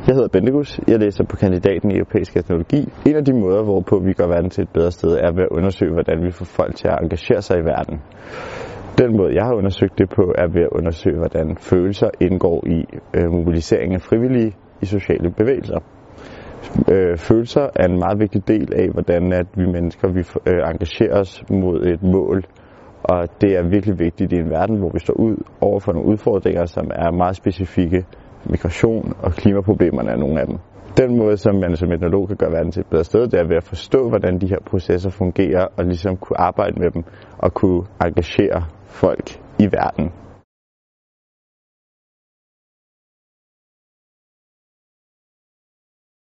Jeg hedder Bendegus. Jeg læser på kandidaten i europæisk etnologi. En af de måder, hvorpå vi gør verden til et bedre sted, er ved at undersøge, hvordan vi får folk til at engagere sig i verden. Den måde, jeg har undersøgt det på, er ved at undersøge, hvordan følelser indgår i mobilisering af frivillige i sociale bevægelser. Følelser er en meget vigtig del af, hvordan at vi mennesker engagerer os mod et mål. Og det er virkelig vigtigt i en verden, hvor vi står ud over for nogle udfordringer, som er meget specifikke. Migration og klimaproblemerne er nogle af dem. Den måde, som man som etnolog kan gøre verden til et bedre sted, det er ved at forstå, hvordan de her processer fungerer, og ligesom kunne arbejde med dem og kunne engagere folk i verden.